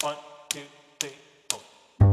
One, two, three, four.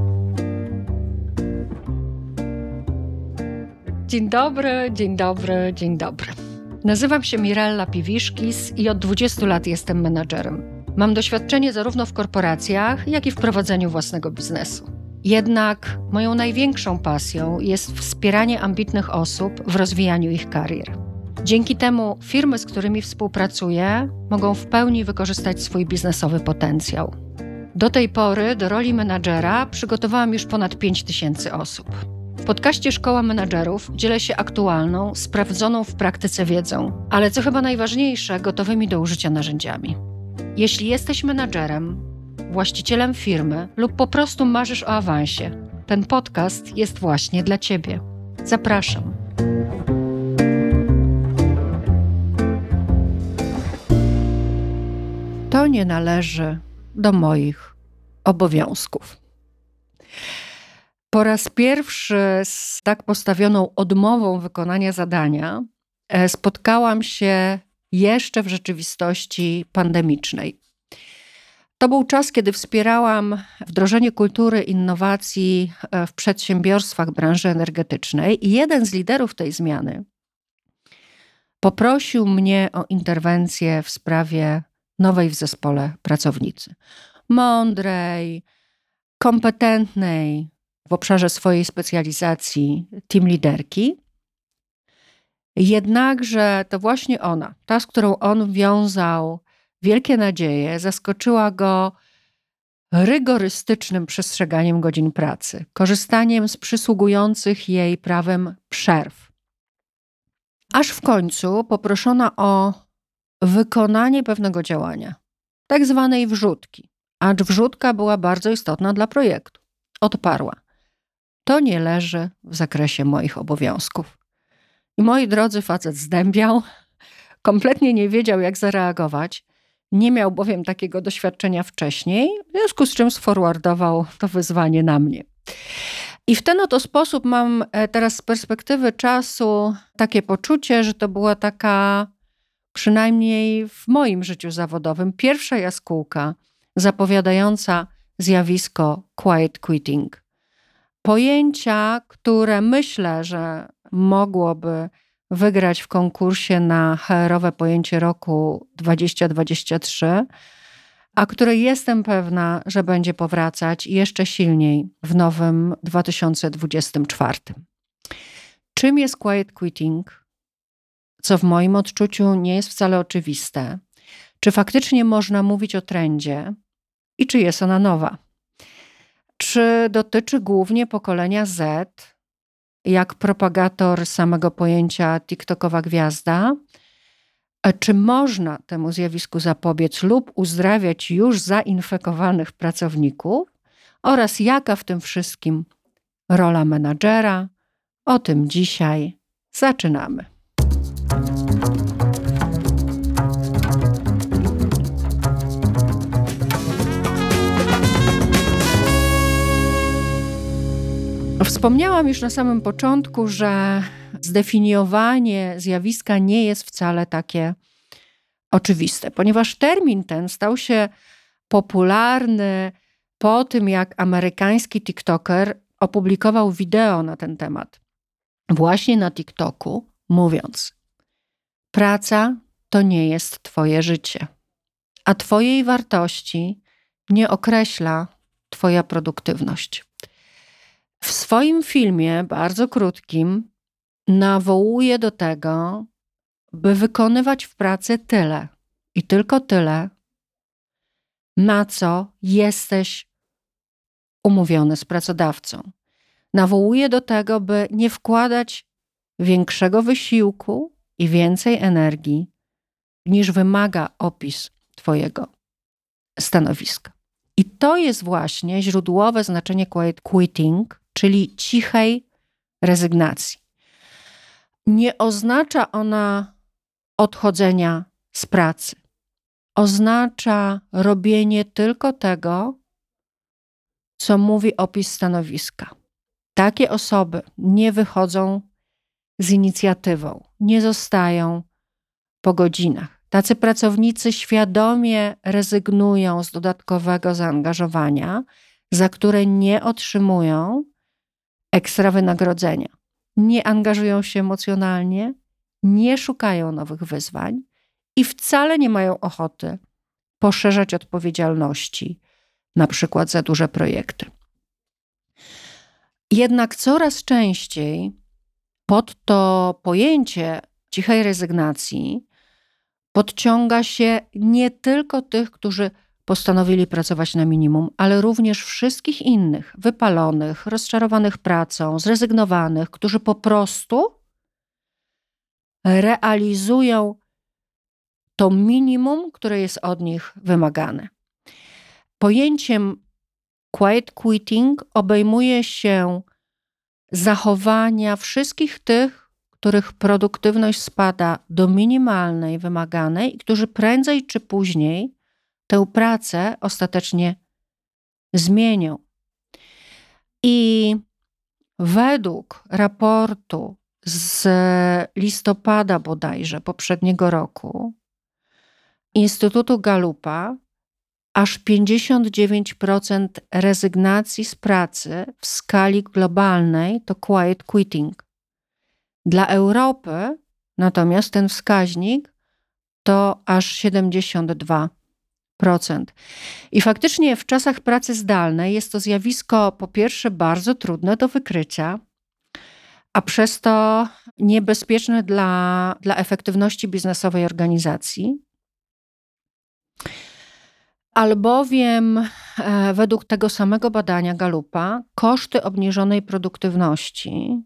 Dzień dobry, dzień dobry, dzień dobry. Nazywam się Mirella Piwiszkis i od 20 lat jestem menadżerem. Mam doświadczenie zarówno w korporacjach, jak i w prowadzeniu własnego biznesu. Jednak moją największą pasją jest wspieranie ambitnych osób w rozwijaniu ich karier. Dzięki temu firmy, z którymi współpracuję, mogą w pełni wykorzystać swój biznesowy potencjał. Do tej pory do roli menadżera przygotowałam już ponad 5000 osób. W podcaście Szkoła Menadżerów dzielę się aktualną, sprawdzoną w praktyce wiedzą, ale co chyba najważniejsze, gotowymi do użycia narzędziami. Jeśli jesteś menadżerem, właścicielem firmy lub po prostu marzysz o awansie, ten podcast jest właśnie dla Ciebie. Zapraszam. To nie należy do moich obowiązków. Po raz pierwszy z tak postawioną odmową wykonania zadania spotkałam się jeszcze w rzeczywistości pandemicznej. To był czas, kiedy wspierałam wdrożenie kultury innowacji w przedsiębiorstwach branży energetycznej i jeden z liderów tej zmiany poprosił mnie o interwencję w sprawie nowej w zespole pracownicy. Mądrej, kompetentnej w obszarze swojej specjalizacji team liderki. Jednakże to właśnie ona, ta, z którą on wiązał wielkie nadzieje, zaskoczyła go rygorystycznym przestrzeganiem godzin pracy, korzystaniem z przysługujących jej prawem przerw. Aż w końcu poproszona o wykonanie pewnego działania, tak zwanej wrzutki, acz wrzutka była bardzo istotna dla projektu. Odparła: to nie leży w zakresie moich obowiązków. I moi drodzy, facet zdębiał, kompletnie nie wiedział, jak zareagować. Nie miał bowiem takiego doświadczenia wcześniej, w związku z czym sforwardował to wyzwanie na mnie. I w ten oto sposób mam teraz z perspektywy czasu takie poczucie, że to była taka, przynajmniej w moim życiu zawodowym, pierwsza jaskółka zapowiadająca zjawisko quiet quitting. Pojęcia, które myślę, że mogłoby wygrać w konkursie na HR-owe pojęcie roku 2023, a które jestem pewna, że będzie powracać jeszcze silniej w nowym 2024. Czym jest quiet quitting? Co w moim odczuciu nie jest wcale oczywiste. Czy faktycznie można mówić o trendzie i czy jest ona nowa? Czy dotyczy głównie pokolenia Z, jak propagator samego pojęcia TikTokowa gwiazda? Czy można temu zjawisku zapobiec lub uzdrawiać już zainfekowanych pracowników? Oraz jaka w tym wszystkim rola menadżera? O tym dzisiaj zaczynamy. Wspomniałam już na samym początku, że zdefiniowanie zjawiska nie jest wcale takie oczywiste, ponieważ termin ten stał się popularny po tym, jak amerykański TikToker opublikował wideo na ten temat. Właśnie na TikToku, mówiąc: praca to nie jest twoje życie, a twojej wartości nie określa twoja produktywność. W swoim filmie, bardzo krótkim, nawołuje do tego, by wykonywać w pracy tyle i tylko tyle, na co jesteś umówiony z pracodawcą. Nawołuje do tego, by nie wkładać większego wysiłku i więcej energii, niż wymaga opis twojego stanowiska. I to jest właśnie źródłowe znaczenie quiet quitting, czyli cichej rezygnacji. Nie oznacza ona odchodzenia z pracy. Oznacza robienie tylko tego, co mówi opis stanowiska. Takie osoby nie wychodzą z inicjatywą, nie zostają po godzinach. Tacy pracownicy świadomie rezygnują z dodatkowego zaangażowania, za które nie otrzymują ekstra wynagrodzenia. Nie angażują się emocjonalnie, nie szukają nowych wyzwań i wcale nie mają ochoty poszerzać odpowiedzialności, na przykład za duże projekty. Jednak coraz częściej pod to pojęcie cichej rezygnacji podciąga się nie tylko tych, którzy postanowili pracować na minimum, ale również wszystkich innych, wypalonych, rozczarowanych pracą, zrezygnowanych, którzy po prostu realizują to minimum, które jest od nich wymagane. Pojęciem quiet quitting obejmuje się zachowania wszystkich tych, których produktywność spada do minimalnej, wymaganej i którzy prędzej czy później tę pracę ostatecznie zmienią. I według raportu z listopada bodajże poprzedniego roku Instytutu Gallupa aż 59% rezygnacji z pracy w skali globalnej to quiet quitting. Dla Europy natomiast ten wskaźnik to aż 72%. I faktycznie w czasach pracy zdalnej jest to zjawisko po pierwsze bardzo trudne do wykrycia, a przez to niebezpieczne dla efektywności biznesowej organizacji. Albowiem według tego samego badania Gallupa koszty obniżonej produktywności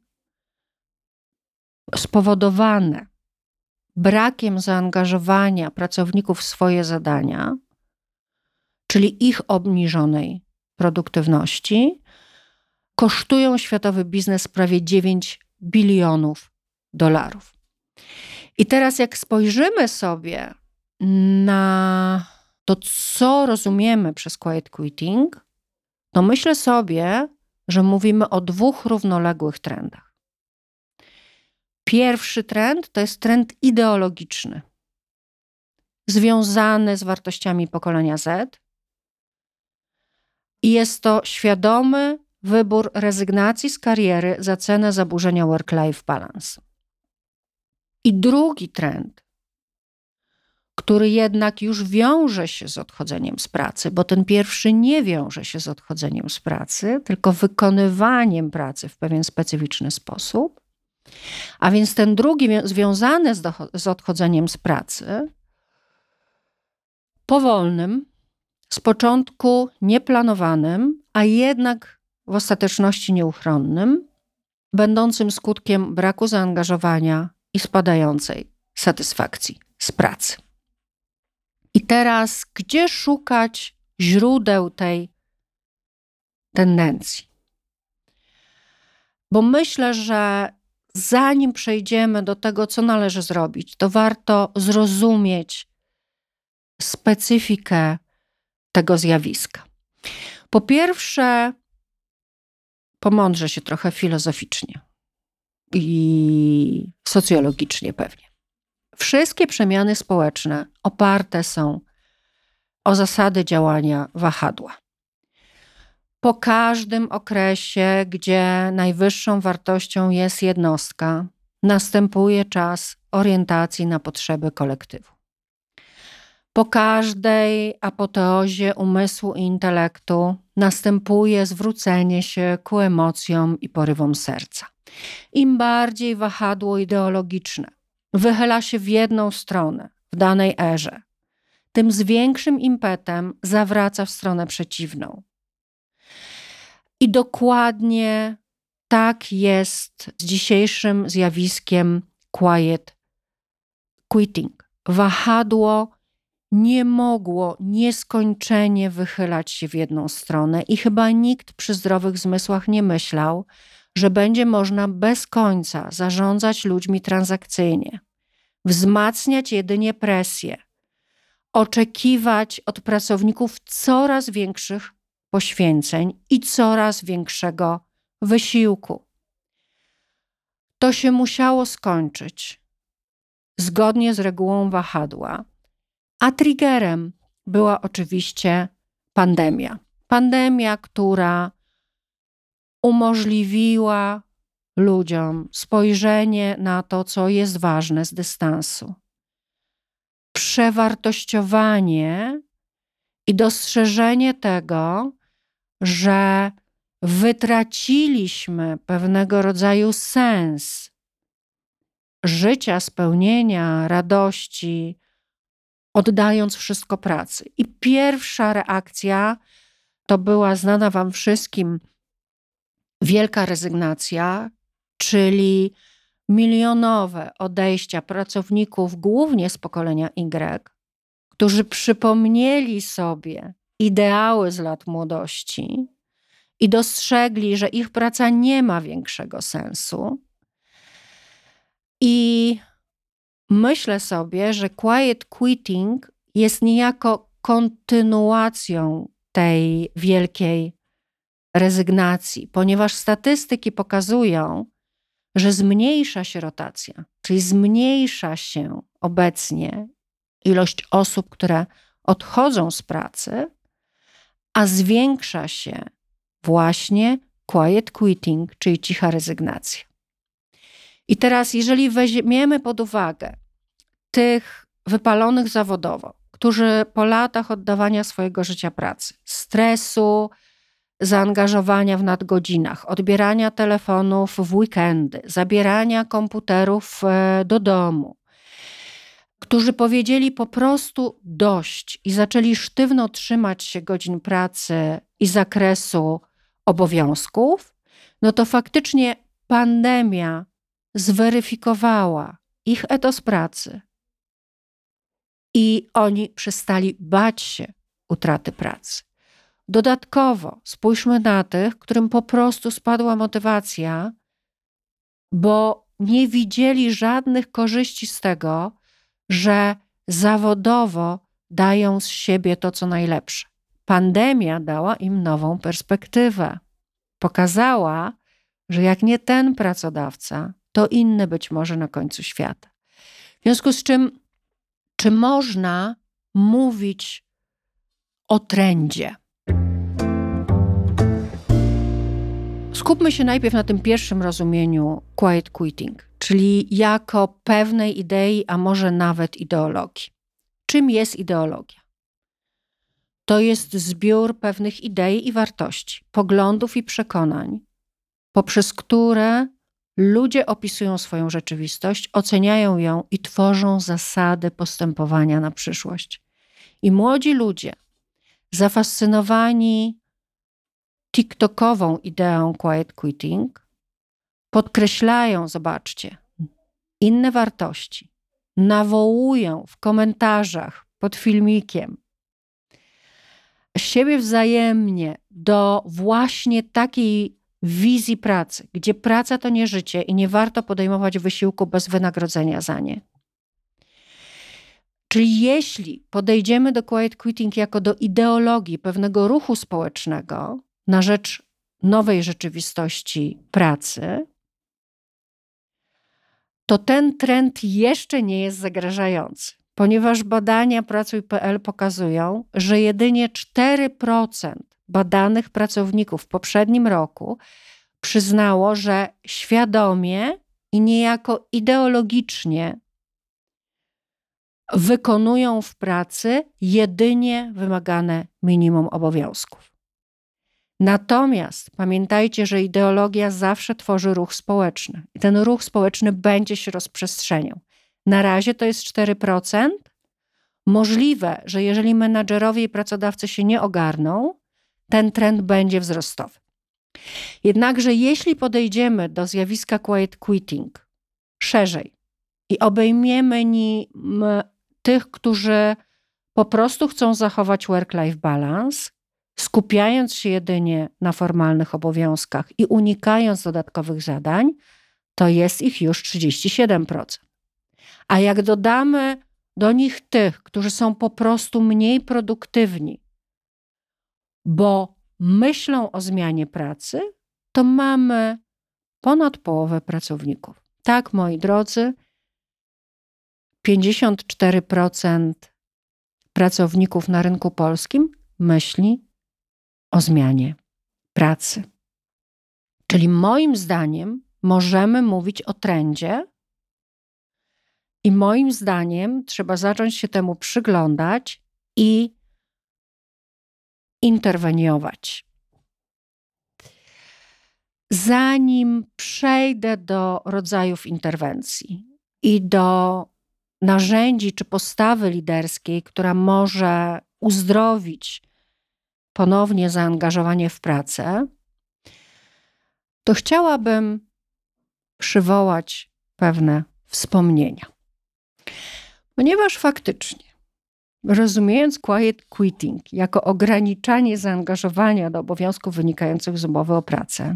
spowodowane brakiem zaangażowania pracowników w swoje zadania, czyli ich obniżonej produktywności, kosztują światowy biznes prawie 9 bilionów dolarów. I teraz jak spojrzymy sobie na to, co rozumiemy przez quiet quitting, to myślę sobie, że mówimy o dwóch równoległych trendach. Pierwszy trend to jest trend ideologiczny, związany z wartościami pokolenia Z. I jest to świadomy wybór rezygnacji z kariery za cenę zaburzenia work-life balance. I drugi trend, który jednak już wiąże się z odchodzeniem z pracy, bo ten pierwszy nie wiąże się z odchodzeniem z pracy, tylko wykonywaniem pracy w pewien specyficzny sposób. A więc ten drugi związany z odchodzeniem z pracy, powolnym, z początku nieplanowanym, a jednak w ostateczności nieuchronnym, będącym skutkiem braku zaangażowania i spadającej satysfakcji z pracy. I teraz, gdzie szukać źródeł tej tendencji? Bo myślę, że zanim przejdziemy do tego, co należy zrobić, to warto zrozumieć specyfikę tego zjawiska. Po pierwsze, pomądrzę się trochę filozoficznie i socjologicznie pewnie. Wszystkie przemiany społeczne oparte są o zasady działania wahadła. Po każdym okresie, gdzie najwyższą wartością jest jednostka, następuje czas orientacji na potrzeby kolektywu. Po każdej apoteozie umysłu i intelektu następuje zwrócenie się ku emocjom i porywom serca. Im bardziej wahadło ideologiczne wychyla się w jedną stronę w danej erze, tym z większym impetem zawraca w stronę przeciwną. I dokładnie tak jest z dzisiejszym zjawiskiem quiet quitting. Wahadło nie mogło nieskończenie wychylać się w jedną stronę i chyba nikt przy zdrowych zmysłach nie myślał, że będzie można bez końca zarządzać ludźmi transakcyjnie, wzmacniać jedynie presję, oczekiwać od pracowników coraz większych poświęceń i coraz większego wysiłku. To się musiało skończyć zgodnie z regułą wahadła, A triggerem była oczywiście pandemia. Pandemia, która umożliwiła ludziom spojrzenie na to, co jest ważne z dystansu. Przewartościowanie i dostrzeżenie tego, że wytraciliśmy pewnego rodzaju sens życia, spełnienia, radości, oddając wszystko pracy. I pierwsza reakcja to była znana wam wszystkim wielka rezygnacja, czyli milionowe odejścia pracowników, głównie z pokolenia Y, którzy przypomnieli sobie ideały z lat młodości i dostrzegli, że ich praca nie ma większego sensu. I myślę sobie, że quiet quitting jest niejako kontynuacją tej wielkiej rezygnacji, ponieważ statystyki pokazują, że zmniejsza się rotacja, czyli zmniejsza się obecnie ilość osób, które odchodzą z pracy, a zwiększa się właśnie quiet quitting, czyli cicha rezygnacja. I teraz, jeżeli weźmiemy pod uwagę tych wypalonych zawodowo, którzy po latach oddawania swojego życia pracy, stresu, zaangażowania w nadgodzinach, odbierania telefonów w weekendy, zabierania komputerów do domu, którzy powiedzieli po prostu dość i zaczęli sztywno trzymać się godzin pracy i zakresu obowiązków, no to faktycznie pandemia zweryfikowała ich etos pracy i oni przestali bać się utraty pracy. Dodatkowo spójrzmy na tych, którym po prostu spadła motywacja, bo nie widzieli żadnych korzyści z tego, że zawodowo dają z siebie to, co najlepsze. Pandemia dała im nową perspektywę. Pokazała, że jak nie ten pracodawca, to inny być może na końcu świata. W związku z czym, czy można mówić o trendzie? Skupmy się najpierw na tym pierwszym rozumieniu quiet quitting, czyli jako pewnej idei, a może nawet ideologii. Czym jest ideologia? To jest zbiór pewnych idei i wartości, poglądów i przekonań, poprzez które ludzie opisują swoją rzeczywistość, oceniają ją i tworzą zasady postępowania na przyszłość. I młodzi ludzie, zafascynowani TikTokową ideą quiet quitting, podkreślają, zobaczcie, inne wartości, nawołują w komentarzach pod filmikiem siebie wzajemnie do właśnie takiej wizji pracy, gdzie praca to nie życie i nie warto podejmować wysiłku bez wynagrodzenia za nie. Czyli jeśli podejdziemy do quiet quitting jako do ideologii pewnego ruchu społecznego na rzecz nowej rzeczywistości pracy, to ten trend jeszcze nie jest zagrażający, ponieważ badania Pracuj.pl pokazują, że jedynie 4% badanych pracowników w poprzednim roku przyznało, że świadomie i niejako ideologicznie wykonują w pracy jedynie wymagane minimum obowiązków. Natomiast pamiętajcie, że ideologia zawsze tworzy ruch społeczny i ten ruch społeczny będzie się rozprzestrzeniał. Na razie to jest 4%. Możliwe, że jeżeli menadżerowie i pracodawcy się nie ogarną, ten trend będzie wzrostowy. Jednakże jeśli podejdziemy do zjawiska quiet quitting szerzej i obejmiemy nim tych, którzy po prostu chcą zachować work-life balance, skupiając się jedynie na formalnych obowiązkach i unikając dodatkowych zadań, to jest ich już 37%. A jak dodamy do nich tych, którzy są po prostu mniej produktywni, bo myślą o zmianie pracy, to mamy ponad połowę pracowników. Tak, moi drodzy, 54% pracowników na rynku polskim myśli o zmianie pracy. Czyli moim zdaniem możemy mówić o trendzie i moim zdaniem trzeba zacząć się temu przyglądać i interweniować. Zanim przejdę do rodzajów interwencji i do narzędzi czy postawy liderskiej, która może uzdrowić ponownie zaangażowanie w pracę, to chciałabym przywołać pewne wspomnienia. Ponieważ faktycznie, rozumiejąc quiet quitting jako ograniczanie zaangażowania do obowiązków wynikających z umowy o pracę,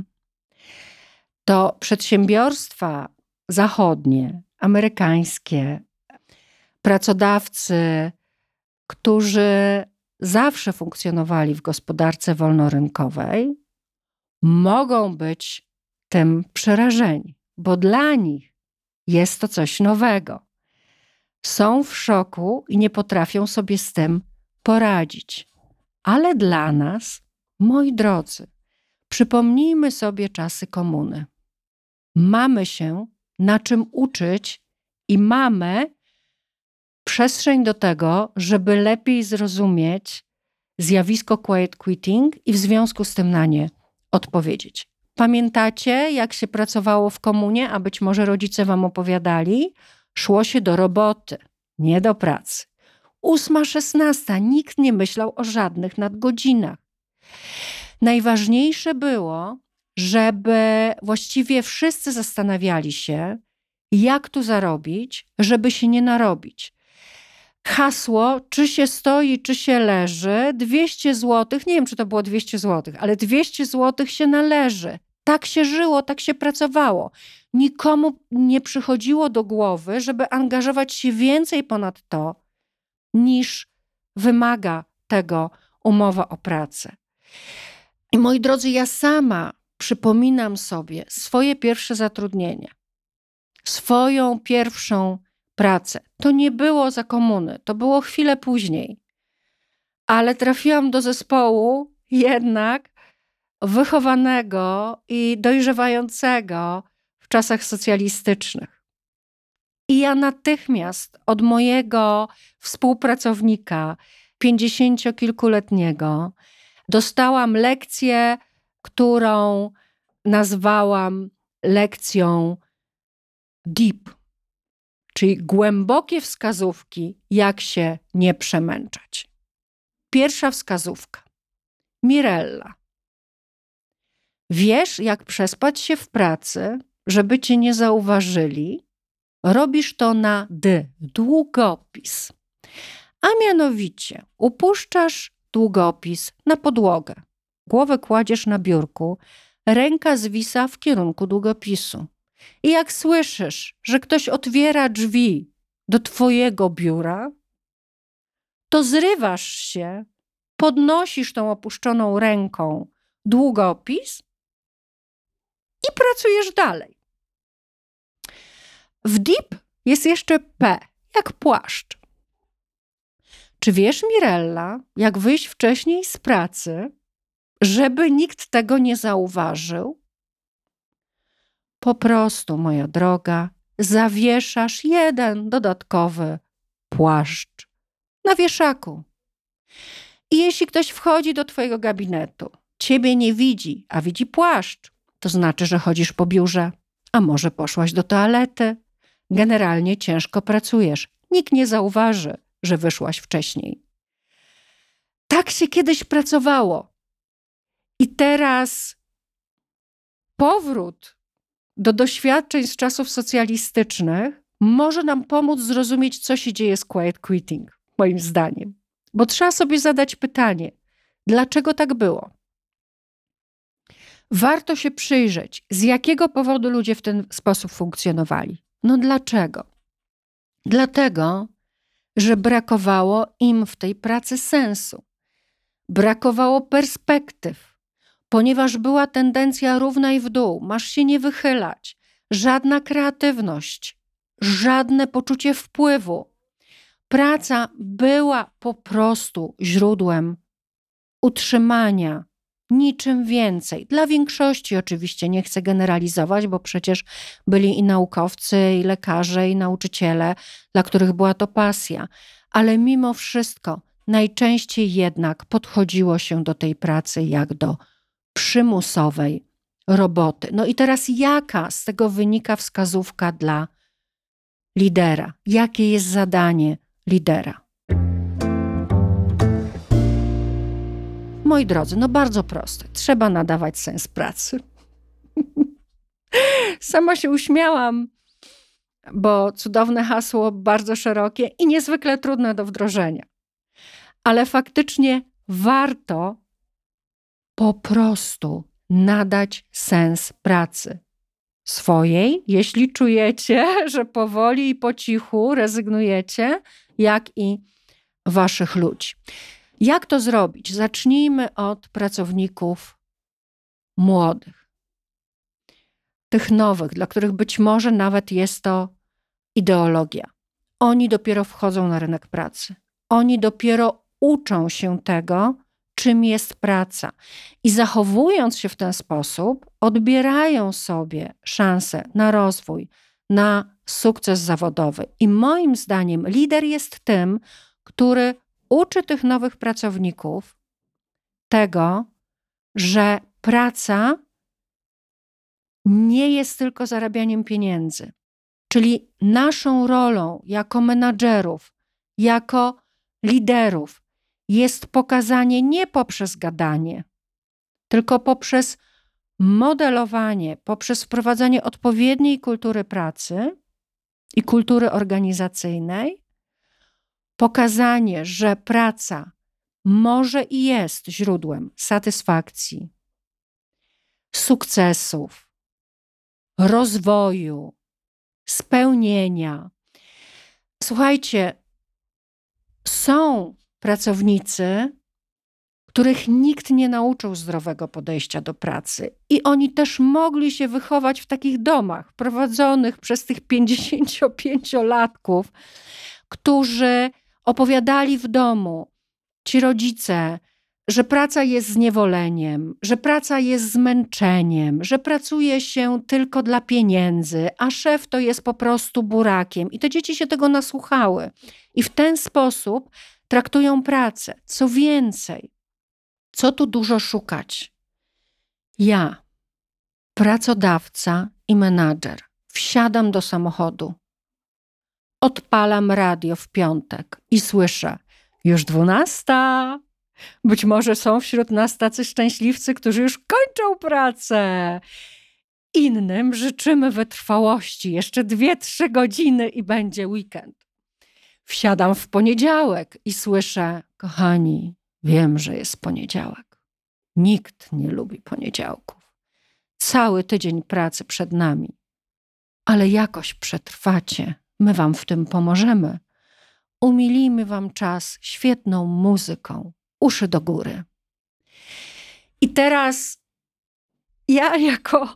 to przedsiębiorstwa zachodnie, amerykańskie, pracodawcy, którzy zawsze funkcjonowali w gospodarce wolnorynkowej, mogą być tym przerażeni, bo dla nich jest to coś nowego. Są w szoku i nie potrafią sobie z tym poradzić. Ale dla nas, moi drodzy, przypomnijmy sobie czasy komuny. Mamy się na czym uczyć i mamy przestrzeń do tego, żeby lepiej zrozumieć zjawisko quiet quitting i w związku z tym na nie odpowiedzieć. Pamiętacie, jak się pracowało w komunie, a być może rodzice wam opowiadali? Szło się do roboty, nie do pracy. 8:16, nikt nie myślał o żadnych nadgodzinach. Najważniejsze było, żeby właściwie wszyscy zastanawiali się, jak tu zarobić, żeby się nie narobić. Hasło, czy się stoi, czy się leży, 200 zł, nie wiem, czy to było 200 zł, ale 200 zł się należy. Tak się żyło, tak się pracowało. Nikomu nie przychodziło do głowy, żeby angażować się więcej ponad to, niż wymaga tego umowa o pracę. I moi drodzy, ja sama przypominam sobie swoje pierwsze zatrudnienie, swoją pierwszą pracę. To nie było za komuny, to było chwilę później. Ale trafiłam do zespołu jednak wychowanego i dojrzewającego w czasach socjalistycznych. I ja natychmiast od mojego współpracownika, 50-kilkuletniego, dostałam lekcję, którą nazwałam lekcją deep, czyli głębokie wskazówki, jak się nie przemęczać. Pierwsza wskazówka. Mirella. Wiesz, jak przespać się w pracy, żeby cię nie zauważyli? Robisz to na długopis. A mianowicie upuszczasz długopis na podłogę. Głowę kładziesz na biurku, ręka zwisa w kierunku długopisu. I jak słyszysz, że ktoś otwiera drzwi do twojego biura, to zrywasz się, podnosisz tą opuszczoną ręką długopis i pracujesz dalej. W deep jest jeszcze P, jak płaszcz. Czy wiesz, Mirella, jak wyjść wcześniej z pracy, żeby nikt tego nie zauważył? Po prostu, moja droga, zawieszasz jeden dodatkowy płaszcz na wieszaku. I jeśli ktoś wchodzi do twojego gabinetu, ciebie nie widzi, a widzi płaszcz, to znaczy, że chodzisz po biurze, a może poszłaś do toalety. Generalnie ciężko pracujesz. Nikt nie zauważy, że wyszłaś wcześniej. Tak się kiedyś pracowało. I teraz powrót do doświadczeń z czasów socjalistycznych może nam pomóc zrozumieć, co się dzieje z quiet quitting, moim zdaniem. Bo trzeba sobie zadać pytanie, dlaczego tak było? Warto się przyjrzeć, z jakiego powodu ludzie w ten sposób funkcjonowali. No dlaczego? Dlatego, że brakowało im w tej pracy sensu. Brakowało perspektyw, ponieważ była tendencja równa i w dół. Masz się nie wychylać. Żadna kreatywność, żadne poczucie wpływu. praca była po prostu źródłem utrzymania, niczym więcej. Dla większości oczywiście, nie chcę generalizować, bo przecież byli i naukowcy, i lekarze, i nauczyciele, dla których była to pasja. Ale mimo wszystko najczęściej jednak podchodziło się do tej pracy jak do przymusowej roboty. No i teraz jaka z tego wynika wskazówka dla lidera? Jakie jest zadanie lidera? Moi drodzy, no bardzo proste. Trzeba nadawać sens pracy. Sama się uśmiałam, bo cudowne hasło, bardzo szerokie i niezwykle trudne do wdrożenia. Ale faktycznie warto po prostu nadać sens pracy swojej, jeśli czujecie, że powoli i po cichu rezygnujecie, jak i waszych ludzi. Jak to zrobić? Zacznijmy od pracowników młodych. Tych nowych, dla których być może nawet jest to ideologia. Oni dopiero wchodzą na rynek pracy. Oni dopiero uczą się tego, czym jest praca. I zachowując się w ten sposób, odbierają sobie szansę na rozwój, na sukces zawodowy. I moim zdaniem lider jest tym, który uczy tych nowych pracowników tego, że praca nie jest tylko zarabianiem pieniędzy. Czyli naszą rolą jako menadżerów, jako liderów jest pokazanie nie poprzez gadanie, tylko poprzez modelowanie, poprzez wprowadzanie odpowiedniej kultury pracy i kultury organizacyjnej, pokazanie, że praca może i jest źródłem satysfakcji, sukcesów, rozwoju, spełnienia. Słuchajcie, są pracownicy, których nikt nie nauczył zdrowego podejścia do pracy. I oni też mogli się wychować w takich domach prowadzonych przez tych 55-latków, którzy opowiadali w domu, ci rodzice, że praca jest zniewoleniem, że praca jest zmęczeniem, że pracuje się tylko dla pieniędzy, a szef to jest po prostu burakiem. I te dzieci się tego nasłuchały. I w ten sposób traktują pracę. Co więcej, co tu dużo szukać? Ja, pracodawca i menadżer, wsiadam do samochodu, odpalam radio w piątek i słyszę: już 12. Być może są wśród nas tacy szczęśliwcy, którzy już kończą pracę. Innym życzymy wytrwałości, jeszcze 2-3 godziny i będzie weekend. Wsiadam w poniedziałek i słyszę: kochani, wiem, że jest poniedziałek. Nikt nie lubi poniedziałków. Cały tydzień pracy przed nami. Ale jakoś przetrwacie. My wam w tym pomożemy. Umilimy wam czas świetną muzyką. Uszy do góry. I teraz ja jako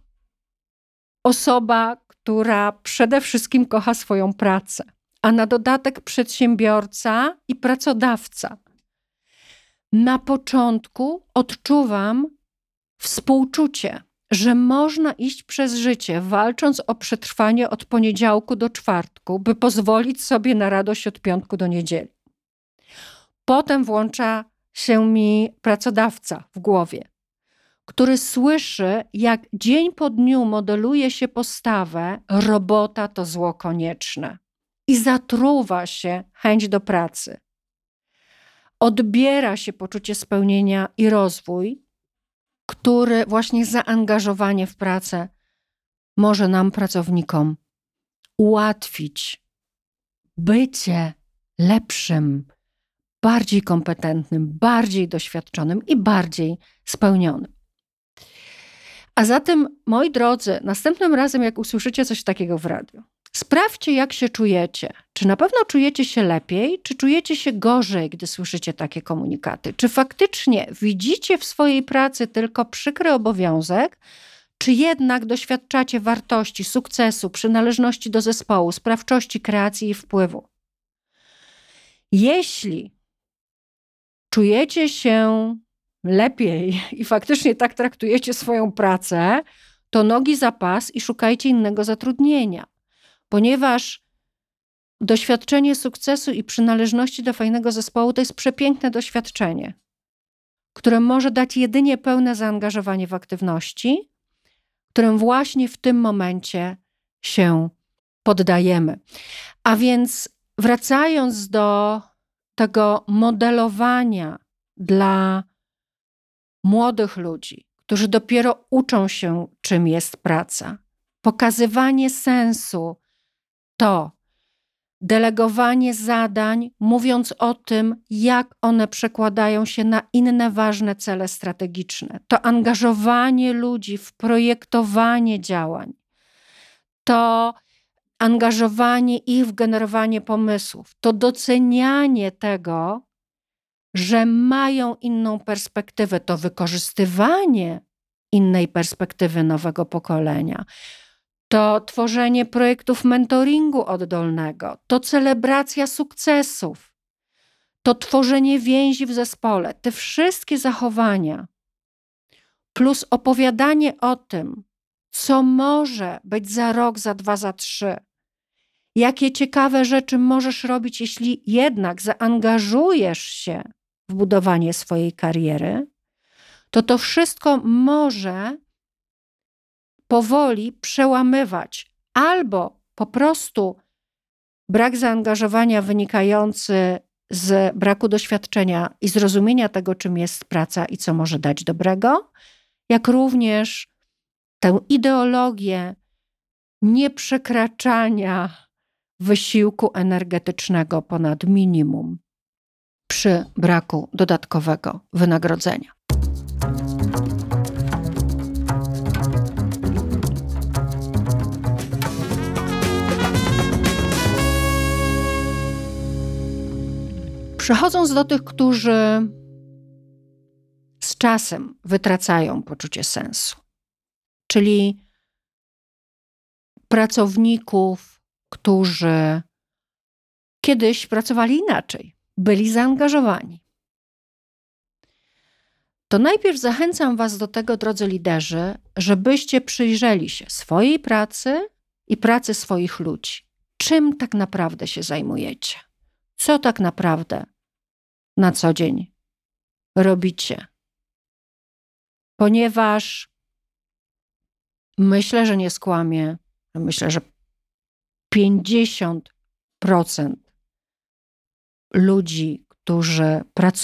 osoba, która przede wszystkim kocha swoją pracę, a na dodatek przedsiębiorca i pracodawca, na początku odczuwam współczucie, że można iść przez życie, walcząc o przetrwanie od poniedziałku do czwartku, by pozwolić sobie na radość od piątku do niedzieli. Potem włącza się mi pracodawca w głowie, który słyszy, jak dzień po dniu modeluje się postawę: robota to zło konieczne. I zatruwa się chęć do pracy. Odbiera się poczucie spełnienia i rozwój, który właśnie zaangażowanie w pracę może nam, pracownikom, ułatwić bycie lepszym, bardziej kompetentnym, bardziej doświadczonym i bardziej spełnionym. A zatem, moi drodzy, następnym razem, jak usłyszycie coś takiego w radiu, sprawdźcie, jak się czujecie. Czy na pewno czujecie się lepiej, czy czujecie się gorzej, gdy słyszycie takie komunikaty? Czy faktycznie widzicie w swojej pracy tylko przykry obowiązek, czy jednak doświadczacie wartości, sukcesu, przynależności do zespołu, sprawczości, kreacji i wpływu? Jeśli czujecie się lepiej i faktycznie tak traktujecie swoją pracę, to nogi za pas i szukajcie innego zatrudnienia, ponieważ doświadczenie sukcesu i przynależności do fajnego zespołu to jest przepiękne doświadczenie, które może dać jedynie pełne zaangażowanie w aktywności, którym właśnie w tym momencie się poddajemy. A więc wracając do tego modelowania dla młodych ludzi, którzy dopiero uczą się, czym jest praca, pokazywanie sensu to delegowanie zadań, mówiąc o tym, jak one przekładają się na inne ważne cele strategiczne. To angażowanie ludzi w projektowanie działań. To angażowanie ich w generowanie pomysłów. To docenianie tego, że mają inną perspektywę. To wykorzystywanie innej perspektywy nowego pokolenia. To tworzenie projektów mentoringu oddolnego, to celebracja sukcesów, to tworzenie więzi w zespole. Te wszystkie zachowania plus opowiadanie o tym, co może być za rok, za 2, za 3, jakie ciekawe rzeczy możesz robić, jeśli jednak zaangażujesz się w budowanie swojej kariery, to wszystko może powoli przełamywać albo po prostu brak zaangażowania wynikający z braku doświadczenia i zrozumienia tego, czym jest praca i co może dać dobrego, jak również tę ideologię nieprzekraczania wysiłku energetycznego ponad minimum przy braku dodatkowego wynagrodzenia. Przechodząc do tych, którzy z czasem wytracają poczucie sensu, czyli pracowników, którzy kiedyś pracowali inaczej, byli zaangażowani. To najpierw zachęcam Was do tego, drodzy liderzy, żebyście przyjrzeli się swojej pracy i pracy swoich ludzi. Czym tak naprawdę się zajmujecie? Co tak naprawdę na co dzień robicie? Ponieważ myślę, że nie skłamię, myślę, że 50% ludzi, którzy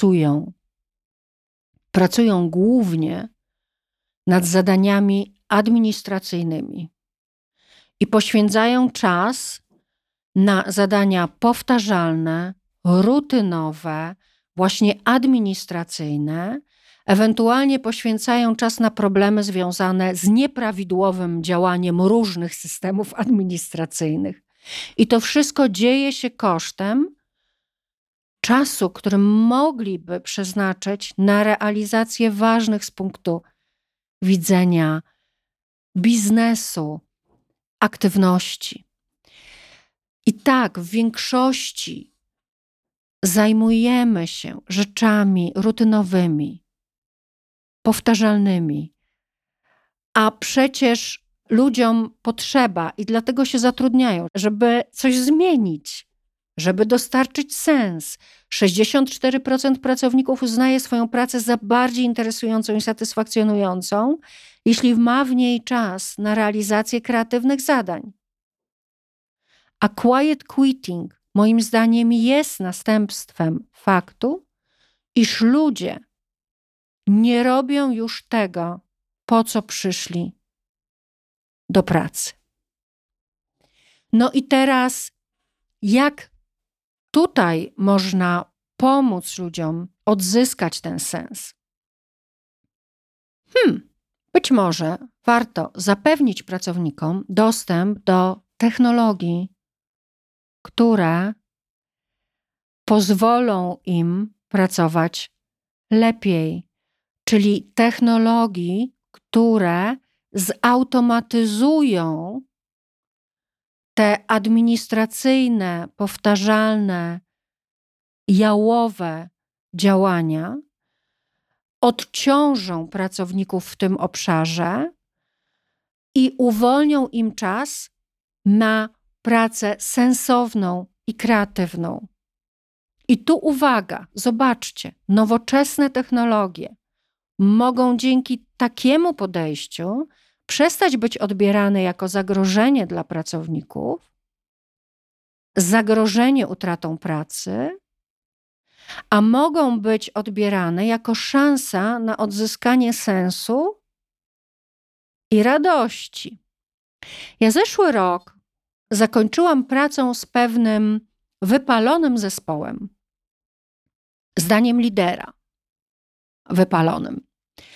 pracują głównie nad zadaniami administracyjnymi i poświęcają czas na zadania powtarzalne, rutynowe, właśnie administracyjne, ewentualnie poświęcają czas na problemy związane z nieprawidłowym działaniem różnych systemów administracyjnych. I to wszystko dzieje się kosztem czasu, który mogliby przeznaczyć na realizację ważnych z punktu widzenia biznesu, aktywności. I tak w większości zajmujemy się rzeczami rutynowymi, powtarzalnymi, a przecież ludziom potrzeba i dlatego się zatrudniają, żeby coś zmienić, żeby dostarczyć sens. 64% pracowników uznaje swoją pracę za bardziej interesującą i satysfakcjonującą, jeśli ma w niej czas na realizację kreatywnych zadań. A quiet quitting moim zdaniem jest następstwem faktu, iż ludzie nie robią już tego, po co przyszli do pracy. No i teraz, jak tutaj można pomóc ludziom odzyskać ten sens? Być może warto zapewnić pracownikom dostęp do technologii, które pozwolą im pracować lepiej, czyli technologii, które zautomatyzują te administracyjne, powtarzalne jałowe działania odciążą pracowników w tym obszarze i uwolnią im czas na pracę sensowną i kreatywną. I tu uwaga, zobaczcie, nowoczesne technologie mogą dzięki takiemu podejściu przestać być odbierane jako zagrożenie dla pracowników, zagrożenie utratą pracy, a mogą być odbierane jako szansa na odzyskanie sensu i radości. Ja zeszły rok zakończyłam pracą z pewnym wypalonym zespołem, zdaniem lidera, wypalonym.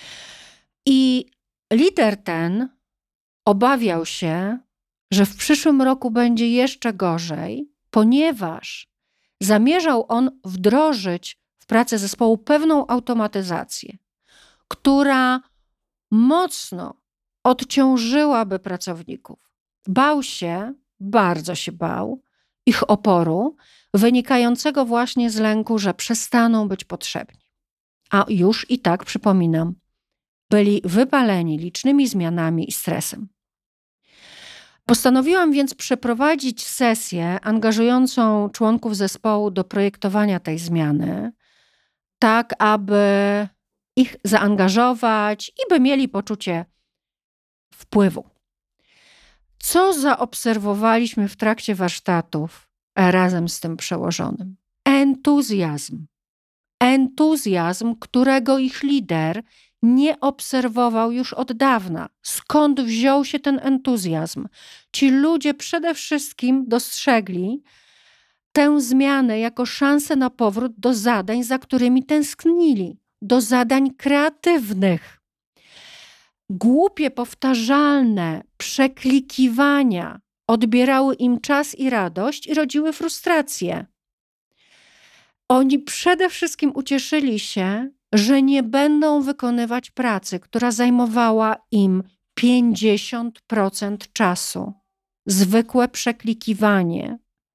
I lider ten obawiał się, że w przyszłym roku będzie jeszcze gorzej, ponieważ zamierzał on wdrożyć w pracę zespołu pewną automatyzację, która mocno odciążyłaby pracowników. Bał się, bardzo się bał ich oporu, wynikającego właśnie z lęku, że przestaną być potrzebni. A już i tak, przypominam, byli wypaleni licznymi zmianami i stresem. Postanowiłam więc przeprowadzić sesję angażującą członków zespołu do projektowania tej zmiany, tak aby ich zaangażować i by mieli poczucie wpływu. Co zaobserwowaliśmy w trakcie warsztatów razem z tym przełożonym? Entuzjazm. Entuzjazm, którego ich lider nie obserwował już od dawna. Skąd wziął się ten entuzjazm? Ci ludzie przede wszystkim dostrzegli tę zmianę jako szansę na powrót do zadań, za którymi tęsknili, do zadań kreatywnych. Głupie, powtarzalne przeklikiwania odbierały im czas i radość i rodziły frustrację. Oni przede wszystkim ucieszyli się, że nie będą wykonywać pracy, która zajmowała im 50% czasu. Zwykłe przeklikiwanie.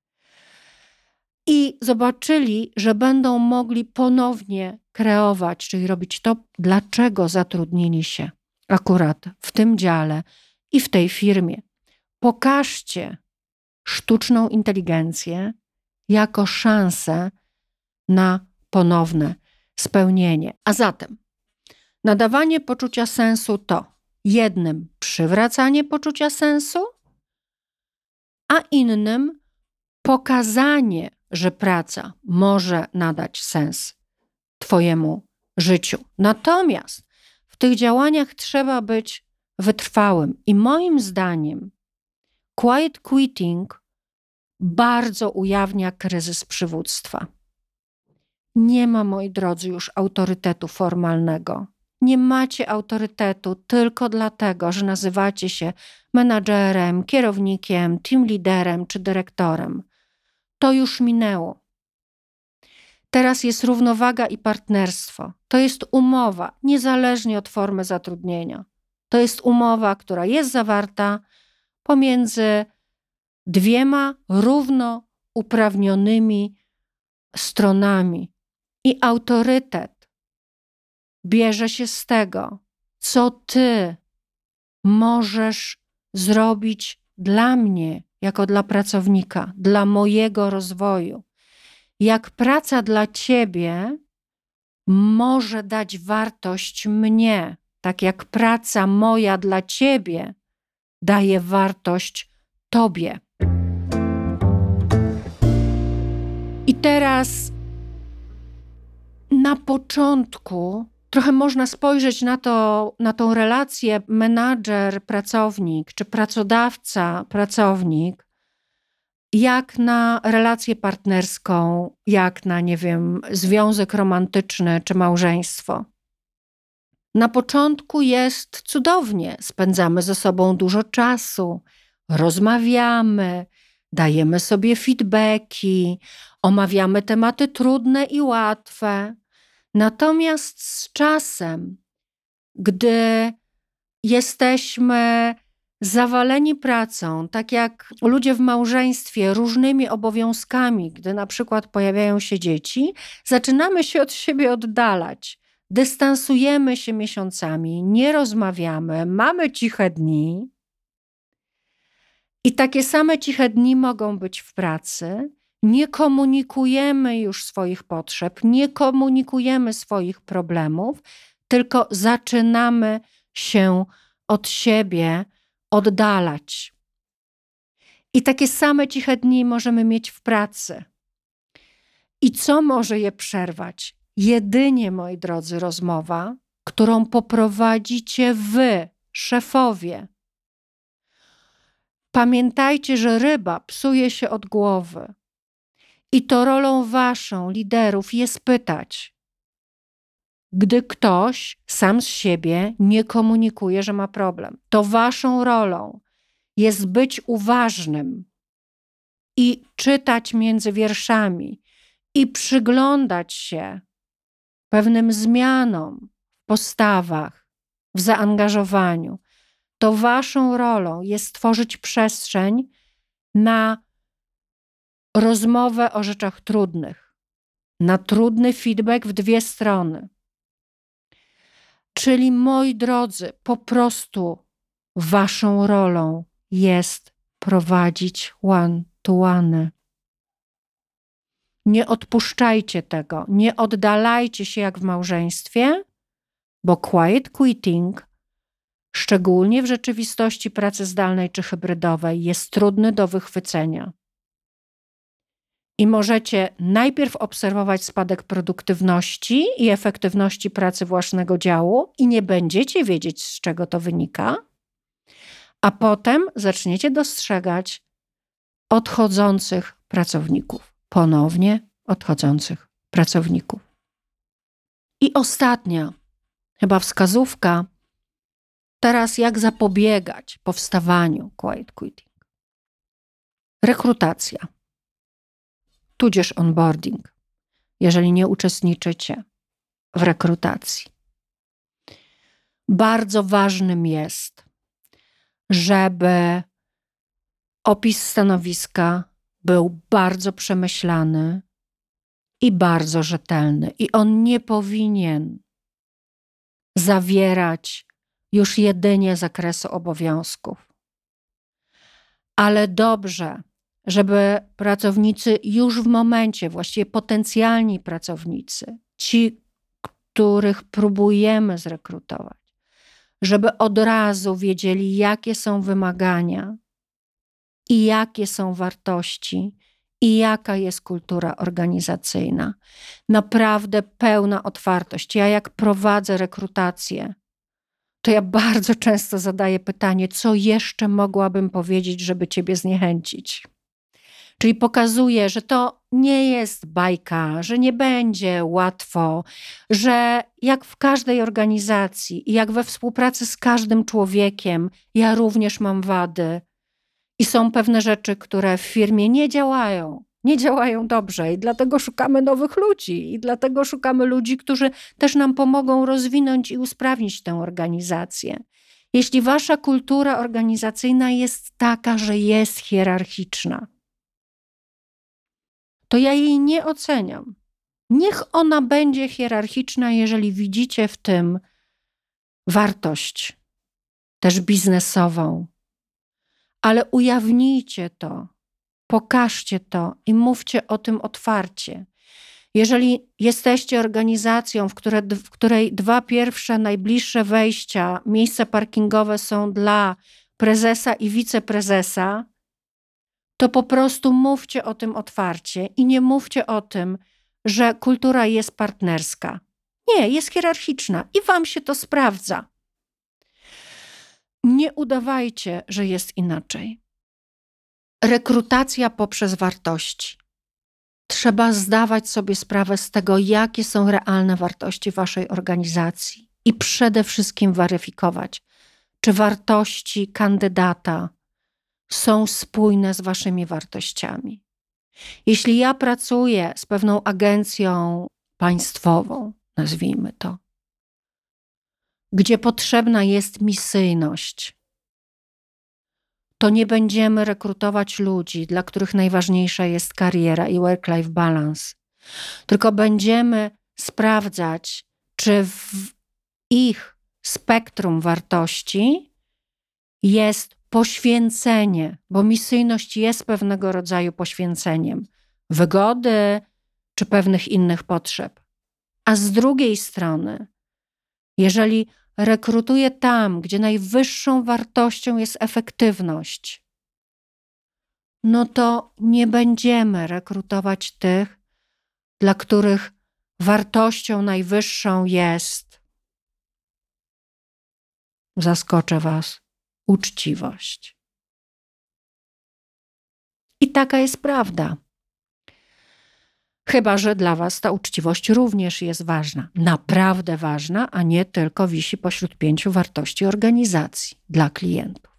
I zobaczyli, że będą mogli ponownie kreować, czyli robić to, dlaczego zatrudnili się akurat w tym dziale i w tej firmie. Pokażcie sztuczną inteligencję jako szansę na ponowne spełnienie. A zatem nadawanie poczucia sensu to jednym przywracanie poczucia sensu, a innym pokazanie, że praca może nadać sens Twojemu życiu. Natomiast w tych działaniach trzeba być wytrwałym i moim zdaniem quiet quitting bardzo ujawnia kryzys przywództwa. Nie ma, moi drodzy, już autorytetu formalnego. Nie macie autorytetu tylko dlatego, że nazywacie się menadżerem, kierownikiem, team liderem czy dyrektorem. To już minęło. Teraz jest równowaga i partnerstwo. To jest umowa, niezależnie od formy zatrudnienia. To jest umowa, która jest zawarta pomiędzy dwiema równouprawnionymi stronami. I autorytet bierze się z tego, co ty możesz zrobić dla mnie, jako dla pracownika, dla mojego rozwoju. Jak praca dla ciebie może dać wartość mnie, tak jak praca moja dla ciebie daje wartość tobie. I teraz na początku trochę można spojrzeć na tą relację menadżer-pracownik czy pracodawca-pracownik jak na relację partnerską, jak na, nie wiem, związek romantyczny czy małżeństwo. Na początku jest cudownie, spędzamy ze sobą dużo czasu, rozmawiamy, dajemy sobie feedbacki, omawiamy tematy trudne i łatwe. Natomiast z czasem, gdy jesteśmy zawaleni pracą, tak jak ludzie w małżeństwie, różnymi obowiązkami, gdy na przykład pojawiają się dzieci, zaczynamy się od siebie oddalać. Dystansujemy się miesiącami, nie rozmawiamy, mamy ciche dni. I takie same ciche dni mogą być w pracy. Nie komunikujemy już swoich potrzeb, nie komunikujemy swoich problemów, tylko zaczynamy się od siebie oddalać. I takie same ciche dni możemy mieć w pracy. I co może je przerwać? Jedynie, moi drodzy, rozmowa, którą poprowadzicie wy, szefowie. Pamiętajcie, że ryba psuje się od głowy. I to rolą waszą, liderów, jest pytać, gdy ktoś sam z siebie nie komunikuje, że ma problem. To waszą rolą jest być uważnym i czytać między wierszami i przyglądać się pewnym zmianom w postawach, w zaangażowaniu. To waszą rolą jest stworzyć przestrzeń na rozmowę o rzeczach trudnych, na trudny feedback w dwie strony. Czyli, moi drodzy, po prostu waszą rolą jest prowadzić one-to-one. Nie odpuszczajcie tego, nie oddalajcie się jak w małżeństwie, bo quiet quitting, szczególnie w rzeczywistości pracy zdalnej czy hybrydowej, jest trudny do wychwycenia. I możecie najpierw obserwować spadek produktywności i efektywności pracy własnego działu i nie będziecie wiedzieć, z czego to wynika, a potem zaczniecie dostrzegać odchodzących pracowników. Ponownie odchodzących pracowników. I ostatnia, chyba wskazówka, teraz jak zapobiegać powstawaniu quiet quitting. Rekrutacja, tudzież onboarding, jeżeli nie uczestniczycie w rekrutacji. Bardzo ważnym jest, żeby opis stanowiska był bardzo przemyślany i bardzo rzetelny. I on nie powinien zawierać już jedynie zakresu obowiązków. Ale dobrze, żeby pracownicy już w momencie, właściwie potencjalni pracownicy, ci, których próbujemy zrekrutować, żeby od razu wiedzieli, jakie są wymagania i jakie są wartości i jaka jest kultura organizacyjna. Naprawdę pełna otwartość. Ja jak prowadzę rekrutację, to ja bardzo często zadaję pytanie, co jeszcze mogłabym powiedzieć, żeby ciebie zniechęcić. Czyli pokazuję, że to nie jest bajka, że nie będzie łatwo, że jak w każdej organizacji i jak we współpracy z każdym człowiekiem, ja również mam wady. I są pewne rzeczy, które w firmie nie działają dobrze i dlatego szukamy nowych ludzi i dlatego szukamy ludzi, którzy też nam pomogą rozwinąć i usprawnić tę organizację. Jeśli wasza kultura organizacyjna jest taka, że jest hierarchiczna, to ja jej nie oceniam. Niech ona będzie hierarchiczna, jeżeli widzicie w tym wartość, też biznesową. Ale ujawnijcie to, pokażcie to i mówcie o tym otwarcie. Jeżeli jesteście organizacją, w której dwa pierwsze, najbliższe wejścia, miejsca parkingowe są dla prezesa i wiceprezesa, to po prostu mówcie o tym otwarcie i nie mówcie o tym, że kultura jest partnerska. Nie, jest hierarchiczna i wam się to sprawdza. Nie udawajcie, że jest inaczej. Rekrutacja poprzez wartości. Trzeba zdawać sobie sprawę z tego, jakie są realne wartości waszej organizacji i przede wszystkim weryfikować, czy wartości kandydata są spójne z waszymi wartościami. Jeśli ja pracuję z pewną agencją państwową, nazwijmy to, gdzie potrzebna jest misyjność, to nie będziemy rekrutować ludzi, dla których najważniejsza jest kariera i work-life balance, tylko będziemy sprawdzać, czy w ich spektrum wartości jest poświęcenie, bo misyjność jest pewnego rodzaju poświęceniem wygody czy pewnych innych potrzeb. A z drugiej strony, jeżeli rekrutuję tam, gdzie najwyższą wartością jest efektywność, no to nie będziemy rekrutować tych, dla których wartością najwyższą jest, zaskoczę was, uczciwość. I taka jest prawda. Chyba że dla was ta uczciwość również jest ważna, naprawdę ważna, a nie tylko wisi pośród 5 wartości organizacji dla klientów.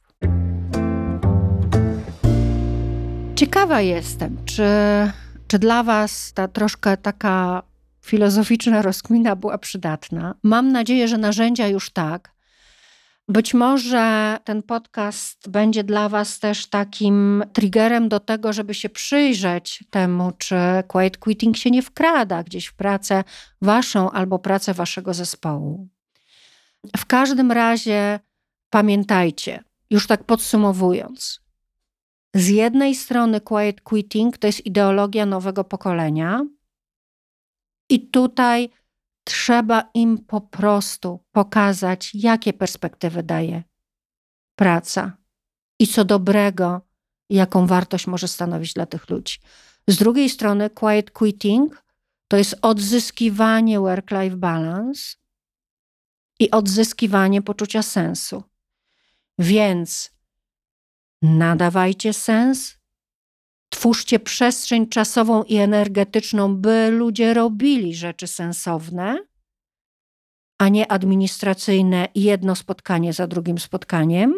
Ciekawa jestem, czy dla was ta troszkę taka filozoficzna rozkmina była przydatna. Mam nadzieję, że narzędzia już tak. Być może ten podcast będzie dla was też takim triggerem do tego, żeby się przyjrzeć temu, czy quiet quitting się nie wkrada gdzieś w pracę waszą albo pracę waszego zespołu. W każdym razie pamiętajcie, już tak podsumowując, z jednej strony quiet quitting to jest ideologia nowego pokolenia i tutaj trzeba im po prostu pokazać, jakie perspektywy daje praca i co dobrego, jaką wartość może stanowić dla tych ludzi. Z drugiej strony quiet quitting to jest odzyskiwanie work-life balance i odzyskiwanie poczucia sensu. Więc nadawajcie sens, twórzcie przestrzeń czasową i energetyczną, by ludzie robili rzeczy sensowne, a nie administracyjne i jedno spotkanie za drugim spotkaniem.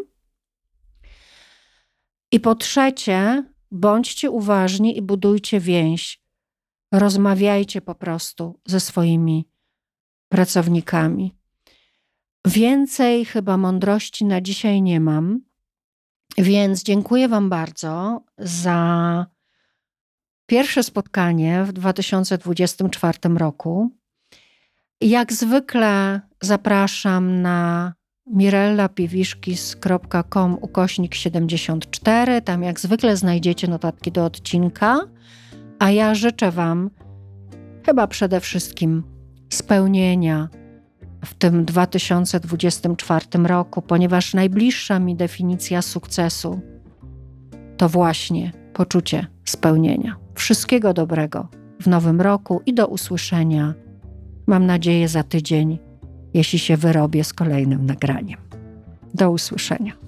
I po trzecie, bądźcie uważni i budujcie więź. Rozmawiajcie po prostu ze swoimi pracownikami. Więcej chyba mądrości na dzisiaj nie mam, więc dziękuję wam bardzo za pierwsze spotkanie w 2024 roku. Jak zwykle zapraszam na mirellapiwiszkis.com/74. Tam jak zwykle znajdziecie notatki do odcinka, a ja życzę wam chyba przede wszystkim spełnienia w tym 2024 roku, ponieważ najbliższa mi definicja sukcesu to właśnie poczucie spełnienia. Wszystkiego dobrego w nowym roku i do usłyszenia, mam nadzieję, za tydzień, jeśli się wyrobię z kolejnym nagraniem. Do usłyszenia.